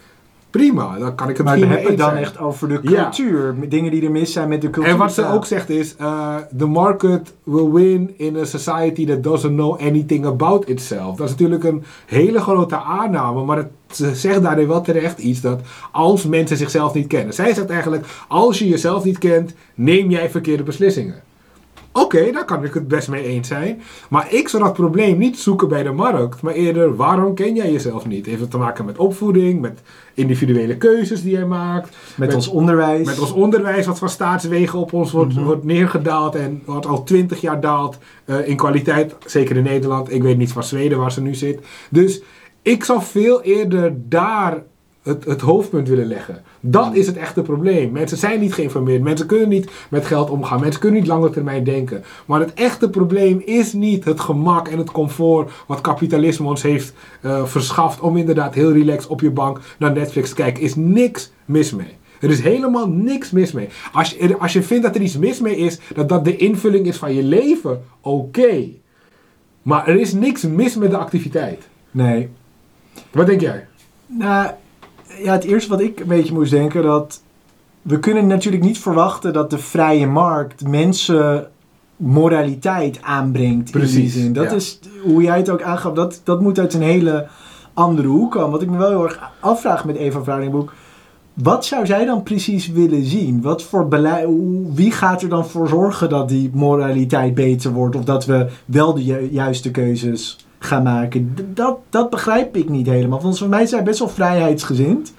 S1: prima, dan kan ik het
S2: maar
S1: misschien
S2: we hebben
S1: mee
S2: het
S1: eens
S2: dan
S1: zijn.
S2: echt over de cultuur. Ja. Dingen die er mis zijn met de cultuur.
S1: En wat ze ook zegt is, uh, the market will win in a society that doesn't know anything about itself. Dat is natuurlijk een hele grote aanname, maar het, ze zegt daarin wel terecht iets dat als mensen zichzelf niet kennen. Zij zegt eigenlijk, als je jezelf niet kent, neem jij verkeerde beslissingen. Oké, okay, daar kan ik het best mee eens zijn. Maar ik zou dat probleem niet zoeken bij de markt. Maar eerder, waarom ken jij jezelf niet? Heeft het te maken met opvoeding, met individuele keuzes die jij maakt.
S2: Met,
S1: met
S2: ons onderwijs.
S1: Met ons onderwijs, wat van staatswegen op ons wordt, mm-hmm. wordt neergedaald. En wat al twintig jaar daalt uh, in kwaliteit. Zeker in Nederland. Ik weet niet van Zweden waar ze nu zit. Dus ik zou veel eerder daar Het, het hoofdpunt willen leggen. Dat is het echte probleem. Mensen zijn niet geïnformeerd. Mensen kunnen niet met geld omgaan. Mensen kunnen niet lange termijn denken. Maar het echte probleem is niet het gemak en het comfort wat kapitalisme ons heeft uh, verschaft om inderdaad heel relaxed op je bank naar Netflix te kijken. Is niks mis mee. Er is helemaal niks mis mee. Als je, als je vindt dat er iets mis mee is, dat dat de invulling is van je leven, oké. Okay. Maar er is niks mis met de activiteit.
S2: Nee.
S1: Wat denk jij?
S2: Nou... Ja, het eerste wat ik een beetje moest denken, dat we kunnen natuurlijk niet verwachten dat de vrije markt mensen moraliteit aanbrengt.
S1: Precies.
S2: In die zin. Dat
S1: ja.
S2: is, hoe jij het ook aangaf, dat, dat moet uit een hele andere hoek komen. Wat ik me wel heel erg afvraag met Eva Vlaardingboek, wat zou zij dan precies willen zien? Wat voor beleid, wie gaat er dan voor zorgen dat die moraliteit beter wordt? Of dat we wel de ju- juiste keuzes gaan maken. Dat, dat begrijp ik niet helemaal. Want voor mij zijn best wel vrijheidsgezind.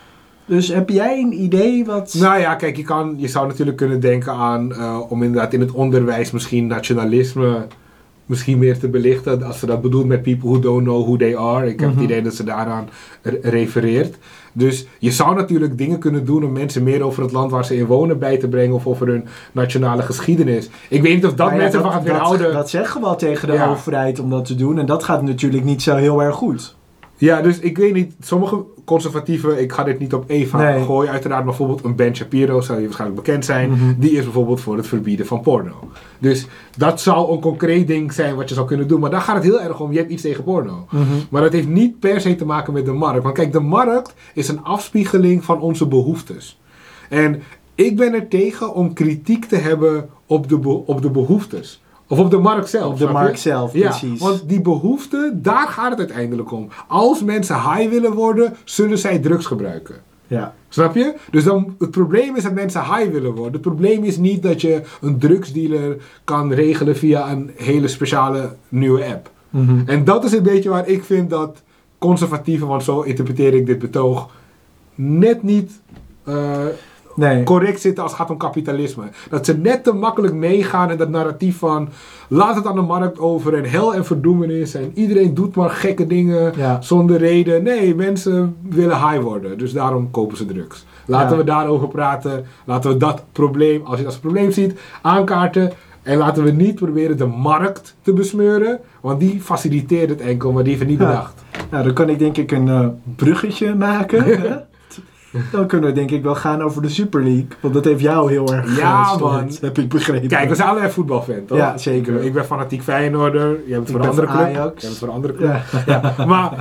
S2: Dus heb jij een idee wat...
S1: Nou ja, kijk, je, kan, je zou natuurlijk kunnen denken aan... Uh, om inderdaad in het onderwijs misschien nationalisme misschien meer te belichten. Als ze dat bedoelt met people who don't know who they are. Ik heb mm-hmm. het idee dat ze daaraan re- refereert. Dus je zou natuurlijk dingen kunnen doen om mensen meer over het land waar ze in wonen bij te brengen. Of over hun nationale geschiedenis. Ik weet niet of dat ja, mensen van gaat weerhouden.
S2: Dat zeggen we wel tegen de ja. overheid om dat te doen. En dat gaat natuurlijk niet zo heel erg goed.
S1: Ja, dus ik weet niet. Sommige conservatieven, ik ga dit niet op Eva nee. gooien. Uiteraard bijvoorbeeld een Ben Shapiro, zou je waarschijnlijk bekend zijn. Mm-hmm. Die is bijvoorbeeld voor het verbieden van porno. Dus dat zou een concreet ding zijn wat je zou kunnen doen. Maar daar gaat het heel erg om. Je hebt iets tegen porno. Mm-hmm. Maar dat heeft niet per se te maken met de markt. Want kijk, de markt is een afspiegeling van onze behoeftes. En ik ben er tegen om kritiek te hebben op de, be- op de behoeftes. Of op de markt zelf.
S2: Op de markt zelf,
S1: ja,
S2: precies.
S1: Want die behoefte, daar gaat het uiteindelijk om. Als mensen high willen worden, zullen zij drugs gebruiken.
S2: Ja.
S1: Snap je? Dus dan, het probleem is dat mensen high willen worden. Het probleem is niet dat je een drugsdealer kan regelen via een hele speciale nieuwe app. Mm-hmm. En dat is een beetje waar ik vind dat conservatieven, want zo interpreteer ik dit betoog, net niet... Uh, Nee. correct zitten als het gaat om kapitalisme. Dat ze net te makkelijk meegaan in dat narratief van laat het aan de markt over en hel en verdoemenis en iedereen doet maar gekke dingen ja. zonder reden. Nee, mensen willen high worden, dus daarom kopen ze drugs. Laten ja. we daarover praten. Laten we dat probleem, als je dat als een probleem ziet, aankaarten. En laten we niet proberen de markt te besmeuren, want die faciliteert het enkel, maar die heeft het niet ja. bedacht.
S2: Nou, dan kan ik denk ik een uh, bruggetje maken. Hè? Dan kunnen we denk ik wel gaan over de Super League. Want dat heeft jou heel erg
S1: ja,
S2: gestoord,
S1: man.
S2: heb ik begrepen.
S1: Kijk, we zijn allebei voetbalfan, toch?
S2: Ja, zeker.
S1: Ik, ik ben fanatiek Feyenoorder. Jij bent voor een andere club. Ajax. Jij bent voor een andere club. Ja. Ja, maar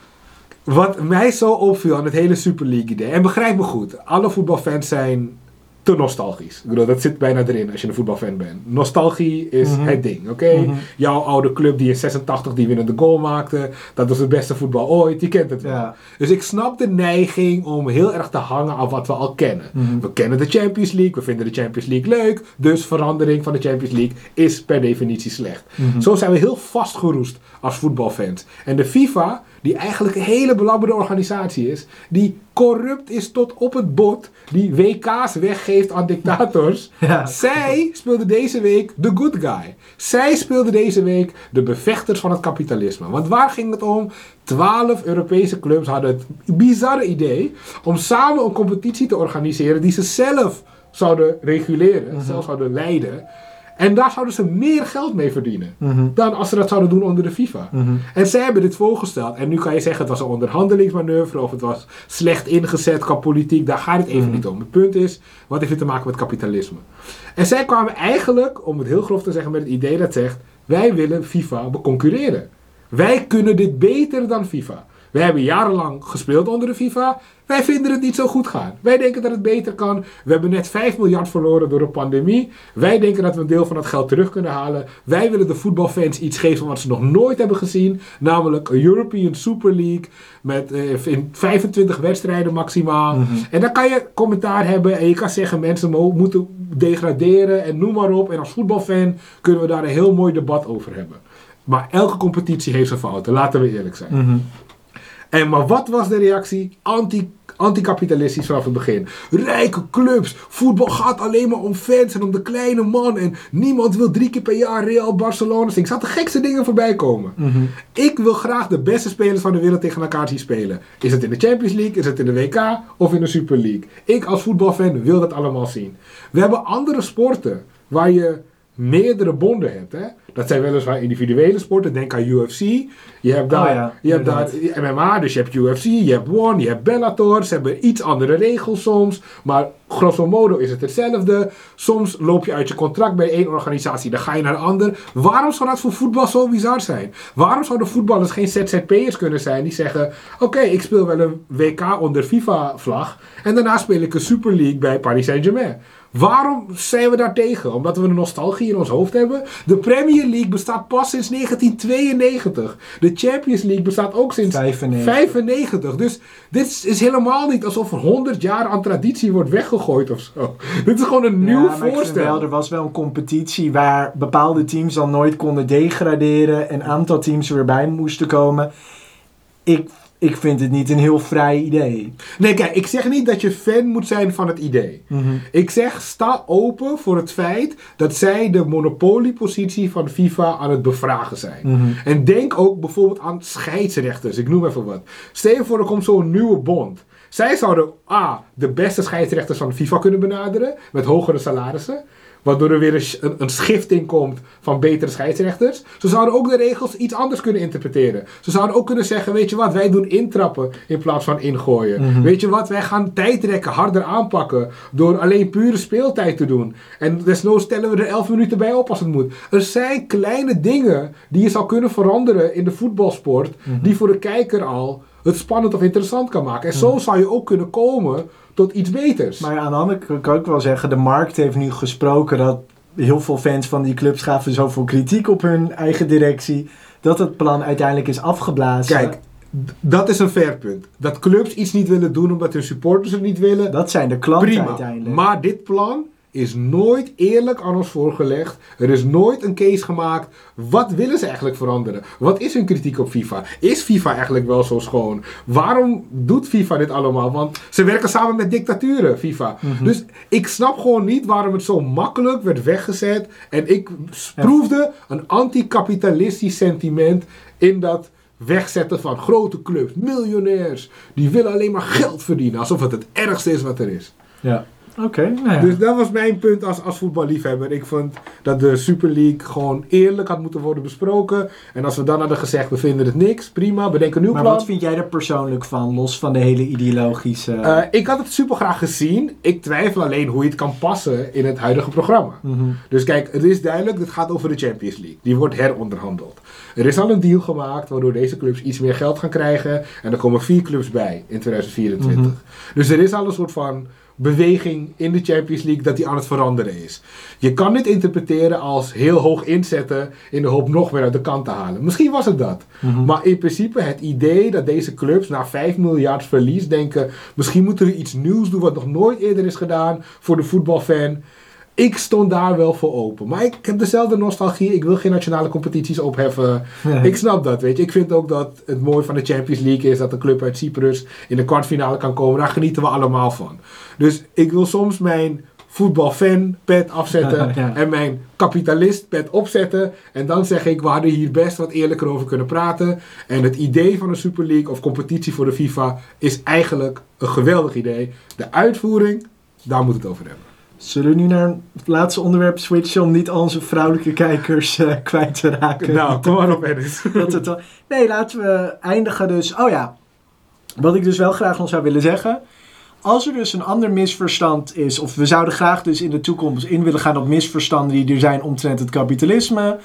S1: wat mij zo opviel aan het hele Super League idee. En begrijp me goed. Alle voetbalfans zijn te nostalgisch. Ik bedoel, dat zit bijna erin als je een voetbalfan bent. Nostalgie is mm-hmm. het ding, oké? Okay? Mm-hmm. Jouw oude club die in zesentachtig die winnende goal maakte, dat was het beste voetbal ooit, je kent het wel. Ja. Dus ik snap de neiging om heel erg te hangen aan wat we al kennen. Mm-hmm. We kennen de Champions League, we vinden de Champions League leuk, dus verandering van de Champions League is per definitie slecht. Mm-hmm. Zo zijn we heel vastgeroest als voetbalfans. En de FIFA, die eigenlijk een hele belabberde organisatie is, die corrupt is tot op het bot, die W K's weggeeft aan dictators. Ja. Zij speelde deze week de good guy. Zij speelde deze week de bevechters van het kapitalisme. Want waar ging het om? Twaalf Europese clubs hadden het bizarre idee om samen een competitie te organiseren die ze zelf zouden reguleren, mm-hmm. zelf zouden leiden. En daar zouden ze meer geld mee verdienen mm-hmm. dan als ze dat zouden doen onder de FIFA. Mm-hmm. En zij hebben dit voorgesteld. En nu kan je zeggen het was een onderhandelingsmanoeuvre of het was slecht ingezet qua politiek. Daar gaat het even mm-hmm. niet om. Het punt is, wat heeft het te maken met kapitalisme? En zij kwamen eigenlijk, om het heel grof te zeggen, met het idee dat zegt, wij willen FIFA beconcurreren. Wij kunnen dit beter dan FIFA. Wij hebben jarenlang gespeeld onder de FIFA. Wij vinden het niet zo goed gaan. Wij denken dat het beter kan. We hebben net vijf miljard verloren door een pandemie. Wij denken dat we een deel van dat geld terug kunnen halen. Wij willen de voetbalfans iets geven wat ze nog nooit hebben gezien. Namelijk een European Super League. Met uh, in vijfentwintig wedstrijden maximaal. Mm-hmm. En dan kan je commentaar hebben. En je kan zeggen mensen mo- moeten degraderen. En noem maar op. En als voetbalfan kunnen we daar een heel mooi debat over hebben. Maar elke competitie heeft zijn fouten. Laten we eerlijk zijn. Mm-hmm. En maar wat was de reactie? Anti, anticapitalistisch vanaf het begin. Rijke clubs. Voetbal gaat alleen maar om fans en om de kleine man. En niemand wil drie keer per jaar Real Barcelona zien. Ik zag de gekste dingen voorbij komen. Mm-hmm. Ik wil graag de beste spelers van de wereld tegen elkaar zien spelen. Is het in de Champions League? Is het in de W K? Of in de Super League? Ik als voetbalfan wil dat allemaal zien. We hebben andere sporten waar je meerdere bonden hebt. Hè? Dat zijn weliswaar individuele sporten. Denk aan U F C. Je hebt daar, oh ja, je hebt daar M M A, dus je hebt U F C, je hebt ONE, je hebt Bellator. Ze hebben iets andere regels soms. Maar grosso modo is het hetzelfde. Soms loop je uit je contract bij één organisatie, dan ga je naar een ander. Waarom zou dat voor voetbal zo bizar zijn? Waarom zouden voetballers geen Z Z P'ers kunnen zijn die zeggen, oké, okay, ik speel wel een W K onder FIFA-vlag en daarna speel ik een Super League bij Paris Saint-Germain. Waarom zijn we daar tegen? Omdat we een nostalgie in ons hoofd hebben? De Premier League bestaat pas sinds negentien tweeënnegentig. De Champions League bestaat ook sinds vijfennegentig. vijfennegentig. Dus dit is, is helemaal niet alsof er honderd jaar aan traditie wordt weggegooid of zo. Dit is gewoon een nieuw ja, voorstel.
S2: Wel, er was wel een competitie waar bepaalde teams dan nooit konden degraderen en een aantal teams er weer bij moesten komen. Ik Ik vind het niet een heel vrij idee.
S1: Nee, kijk, ik zeg niet dat je fan moet zijn van het idee. Mm-hmm. Ik zeg, sta open voor het feit dat zij de monopoliepositie van FIFA aan het bevragen zijn. Mm-hmm. En denk ook bijvoorbeeld aan scheidsrechters. Ik noem even wat. Stel je voor, er komt zo'n nieuwe bond. Zij zouden A, de beste scheidsrechters van de FIFA kunnen benaderen, met hogere salarissen. Waardoor er weer een, een schifting komt van betere scheidsrechters. Ze zouden ook de regels iets anders kunnen interpreteren. Ze zouden ook kunnen zeggen, weet je wat, wij doen intrappen in plaats van ingooien. Mm-hmm. Weet je wat, wij gaan tijdrekken harder aanpakken door alleen pure speeltijd te doen. En desnoods stellen we er elf minuten bij op als het moet. Er zijn kleine dingen die je zou kunnen veranderen in de voetbalsport, mm-hmm. die voor de kijker al het spannend of interessant kan maken. En mm-hmm. zo zou je ook kunnen komen tot iets beters.
S2: Maar aan de andere kant kan ik wel zeggen, de markt heeft nu gesproken dat heel veel fans van die clubs gaven zoveel kritiek op hun eigen directie, dat het plan uiteindelijk is afgeblazen.
S1: Kijk, d- dat is een fair punt. Dat clubs iets niet willen doen omdat hun supporters het niet willen.
S2: Dat zijn de klanten
S1: prima.
S2: Uiteindelijk.
S1: Maar dit plan is nooit eerlijk aan ons voorgelegd. Er is nooit een case gemaakt. Wat willen ze eigenlijk veranderen? Wat is hun kritiek op FIFA? Is FIFA eigenlijk wel zo schoon? Waarom doet FIFA dit allemaal? Want ze werken samen met dictaturen, FIFA. Mm-hmm. Dus ik snap gewoon niet waarom het zo makkelijk werd weggezet. En ik proefde een anticapitalistisch sentiment in dat wegzetten van grote clubs, miljonairs. Die willen alleen maar geld verdienen. Alsof het het ergste is wat er is.
S2: Ja. Oké, okay, nou ja.
S1: Dus dat was mijn punt als, als voetballiefhebber. Ik vond dat de Super League gewoon eerlijk had moeten worden besproken. En als we dan hadden gezegd, we vinden het niks, prima, bedenk een nieuw
S2: maar
S1: plan.
S2: Maar wat vind jij er persoonlijk van, los van de hele ideologische...
S1: Uh, ik had het super graag gezien. Ik twijfel alleen hoe je het kan passen in het huidige programma. Mm-hmm. Dus kijk, het is duidelijk, het gaat over de Champions League. Die wordt heronderhandeld. Er is al een deal gemaakt waardoor deze clubs iets meer geld gaan krijgen. En er komen vier clubs bij in tweeduizend vierentwintig. Mm-hmm. Dus er is al een soort van beweging in de Champions League dat die aan het veranderen is. Je kan dit interpreteren als heel hoog inzetten in de hoop nog meer uit de kant te halen. Misschien was het dat. Mm-hmm. Maar in principe het idee dat deze clubs na vijf miljard verlies denken, misschien moeten we iets nieuws doen wat nog nooit eerder is gedaan voor de voetbalfan. Ik stond daar wel voor open. Maar ik heb dezelfde nostalgie. Ik wil geen nationale competities opheffen. Ja. Ik snap dat, weet je. Ik vind ook dat het mooie van de Champions League is dat een club uit Cyprus in de kwartfinale kan komen. Daar genieten we allemaal van. Dus ik wil soms mijn voetbalfan pet afzetten ja, ja. en mijn kapitalist pet opzetten. En dan zeg ik, we hadden hier best wat eerlijker over kunnen praten. En het idee van een Super League of competitie voor de FIFA is eigenlijk een geweldig idee. De uitvoering, daar moet het over hebben.
S2: Zullen we nu naar het laatste onderwerp switchen om niet al onze vrouwelijke kijkers uh, kwijt te raken?
S1: Nou, kom maar op, Edis.
S2: Nee, laten we eindigen dus. Oh ja, wat ik dus wel graag nog zou willen zeggen. Als er dus een ander misverstand is, of we zouden graag dus in de toekomst in willen gaan op misverstanden die er zijn omtrent het kapitalisme.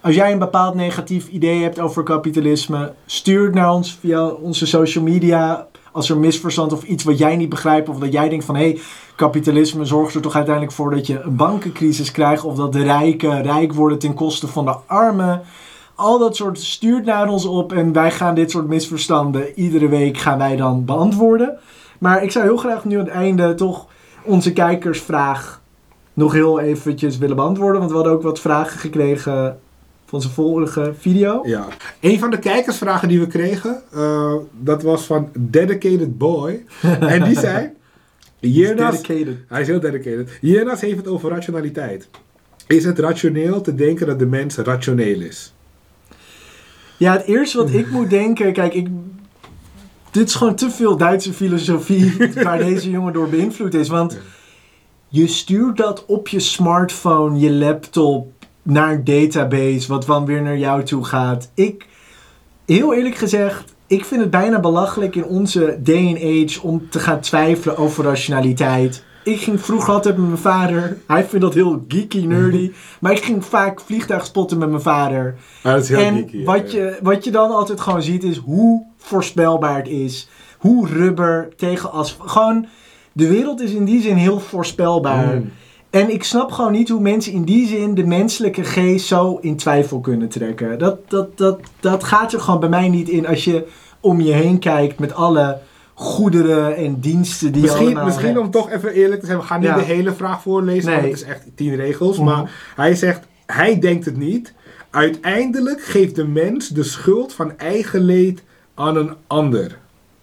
S2: Als jij een bepaald negatief idee hebt over kapitalisme, stuur het naar ons via onze social media. Als er misverstand of iets wat jij niet begrijpt, of dat jij denkt van hé, hey, kapitalisme zorgt er toch uiteindelijk voor dat je een bankencrisis krijgt, of dat de rijken rijk worden ten koste van de armen. Al dat soort stuurt naar ons op en wij gaan dit soort misverstanden iedere week gaan wij dan beantwoorden. Maar ik zou heel graag nu aan het einde toch onze kijkersvraag nog heel eventjes willen beantwoorden. Want we hadden ook wat vragen gekregen van zijn vorige video.
S1: Ja. Een van de kijkersvragen die we kregen, uh, dat was van Dedicated Boy. En die zei... Jernas, hij is heel dedicated. Jernas heeft het over rationaliteit. Is het rationeel te denken dat de mens rationeel is?
S2: Ja, het eerste wat ik moet denken... Kijk, ik... Dit is gewoon te veel Duitse filosofie waar deze jongen door beïnvloed is. Want je stuurt dat op je smartphone, je laptop, naar een database, wat dan weer naar jou toe gaat. Ik, heel eerlijk gezegd, ik vind het bijna belachelijk in onze day and age om te gaan twijfelen over rationaliteit. Ik ging vroeger altijd met mijn vader. Hij vindt dat heel geeky, nerdy. Maar ik ging vaak vliegtuig spotten met mijn vader.
S1: Ah, dat is heel
S2: en
S1: geeky,
S2: wat,
S1: ja.
S2: je, wat je dan altijd gewoon ziet is hoe voorspelbaar het is. Hoe rubber tegen as... Gewoon, de wereld is in die zin heel voorspelbaar.
S1: Mm.
S2: En ik snap gewoon niet hoe mensen in die zin de menselijke geest zo in twijfel kunnen trekken. Dat, dat, dat, dat gaat er gewoon bij mij niet in als je om je heen kijkt met alle goederen en diensten die
S1: misschien,
S2: je allemaal
S1: Misschien
S2: hebt.
S1: om toch even eerlijk te zijn, we gaan niet
S2: Ja.
S1: de hele vraag voorlezen,
S2: Nee.
S1: want het is echt tien regels.
S2: Mm-hmm.
S1: Maar hij zegt, hij denkt het niet. Uiteindelijk geeft de mens de schuld van eigen leed aan een ander.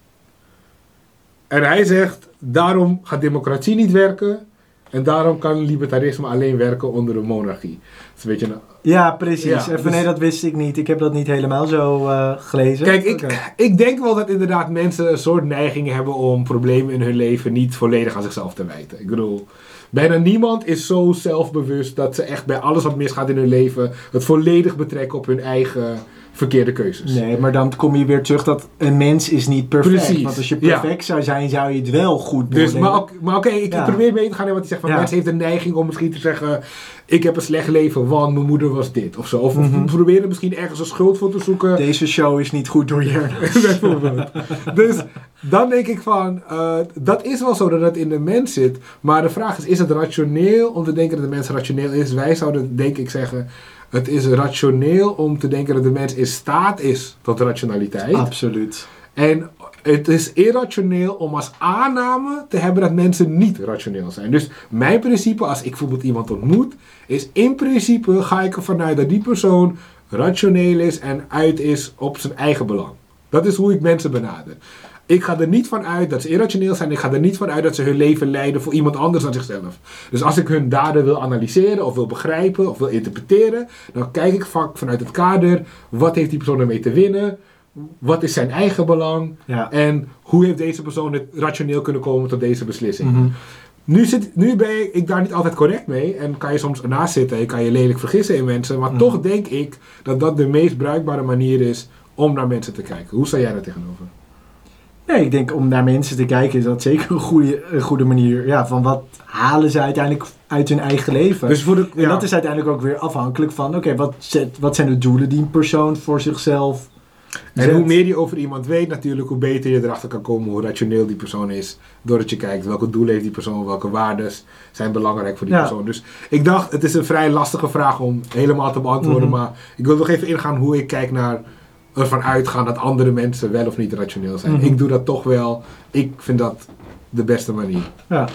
S1: En hij zegt, daarom gaat democratie niet werken. En daarom kan libertarisme alleen werken onder een monarchie. Dat is een beetje een...
S2: Ja, precies.
S1: Ja,
S2: Even,
S1: dus-
S2: nee, dat wist ik niet. Ik heb dat niet helemaal zo uh, gelezen.
S1: Kijk, ik,
S2: Oké.
S1: ik denk wel dat inderdaad mensen een soort neiging hebben om problemen in hun leven niet volledig aan zichzelf te wijten. Ik bedoel, bijna niemand is zo zelfbewust dat ze echt bij alles wat misgaat in hun leven het volledig betrekken op hun eigen verkeerde keuzes.
S2: Nee, maar dan kom je weer terug dat een mens is niet perfect.
S1: Precies,
S2: Want als je
S1: ja.
S2: perfect zou zijn, zou je het wel goed
S1: Dus,
S2: beoordelen.
S1: maar ook- maar oké, ik
S2: Ja.
S1: probeer mee te gaan in wat hij zegt. Van
S2: Ja.
S1: mensen heeft een neiging om misschien te zeggen, ik heb een slecht leven, want mijn moeder was dit. Of zo. Of, of
S2: Mhm.
S1: proberen misschien ergens een schuld voor te zoeken.
S2: Deze show is niet goed door Jern.
S1: Bijvoorbeeld. Dus dan denk ik van, uh, dat is wel zo dat het in de mens zit. Maar de vraag is, is het rationeel om te denken dat de mens rationeel is? Wij zouden denk ik zeggen, het is rationeel om te denken dat de mens in staat is tot rationaliteit.
S2: Absoluut.
S1: En het is irrationeel om als aanname te hebben dat mensen niet rationeel zijn. Dus mijn principe, als ik bijvoorbeeld iemand ontmoet, is in principe ga ik ervan uit dat die persoon rationeel is en uit is op zijn eigen belang. Dat is hoe ik mensen benader. Ik ga er niet van uit dat ze irrationeel zijn. Ik ga er niet van uit dat ze hun leven leiden voor iemand anders dan zichzelf. Dus als ik hun daden wil analyseren of wil begrijpen of wil interpreteren, dan kijk ik vaak vanuit het kader, wat heeft die persoon ermee te winnen? Wat is zijn eigen belang?
S2: Ja.
S1: En hoe heeft deze persoon het rationeel kunnen komen tot deze beslissing?
S2: Mhm.
S1: Nu, zit, nu ben ik daar niet altijd correct mee. En kan je soms ernaast zitten. En kan je lelijk vergissen in mensen. Maar
S2: Mhm.
S1: toch denk ik dat dat de meest bruikbare manier is om naar mensen te kijken. Hoe sta jij daar tegenover?
S2: Nee, ik denk om naar mensen te kijken is dat zeker een goede, een goede manier. Ja, van wat halen ze uiteindelijk uit hun eigen leven?
S1: Dus voor de,
S2: En
S1: ja.
S2: dat is uiteindelijk ook weer afhankelijk van, oké, wat, zet- wat zijn de doelen die een persoon voor zichzelf
S1: En
S2: zet?
S1: hoe meer je over iemand weet natuurlijk, hoe beter je erachter kan komen hoe rationeel die persoon is. Doordat je kijkt welke doelen heeft die persoon, welke waarden zijn belangrijk voor die
S2: Ja.
S1: persoon. Dus ik dacht, het is een vrij lastige vraag om helemaal te beantwoorden.
S2: Mhm.
S1: Maar ik wil nog even ingaan hoe ik kijk naar ervan uitgaan dat andere mensen wel of niet rationeel zijn.
S2: Mhm.
S1: Ik doe dat toch wel. Ik vind dat de beste manier.
S2: Ja.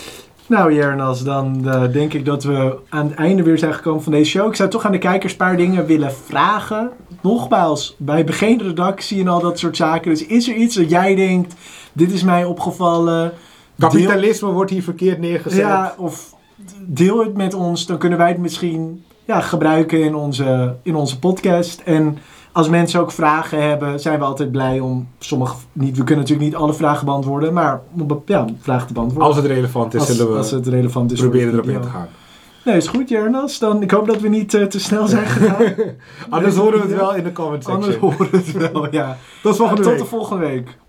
S2: Nou Jernas, dan uh, denk ik dat we aan het einde weer zijn gekomen van deze show. Ik zou toch aan de kijkers een paar dingen willen vragen. Nogmaals, wij hebben geen redactie en al dat soort zaken. Dus is er iets dat jij denkt, dit is mij opgevallen.
S1: Kapitalisme wordt hier verkeerd neergezet.
S2: Ja, of deel het met ons, dan kunnen wij het misschien ja, gebruiken in onze, in onze podcast. En als mensen ook vragen hebben, zijn we altijd blij om sommige, niet, we kunnen natuurlijk niet alle vragen beantwoorden, maar om ja, vragen te beantwoorden.
S1: Als het relevant is,
S2: Als,
S1: zullen we
S2: als het relevant is voor
S1: proberen
S2: de
S1: erop in
S2: video.
S1: te gaan.
S2: Nee, is goed Jernas. Dan, ik hoop dat we niet uh, te snel zijn gegaan.
S1: Anders horen we het wel in de comment section.
S2: Anders horen we het wel, ja.
S1: Tot volgende
S2: Tot
S1: week.
S2: de volgende week.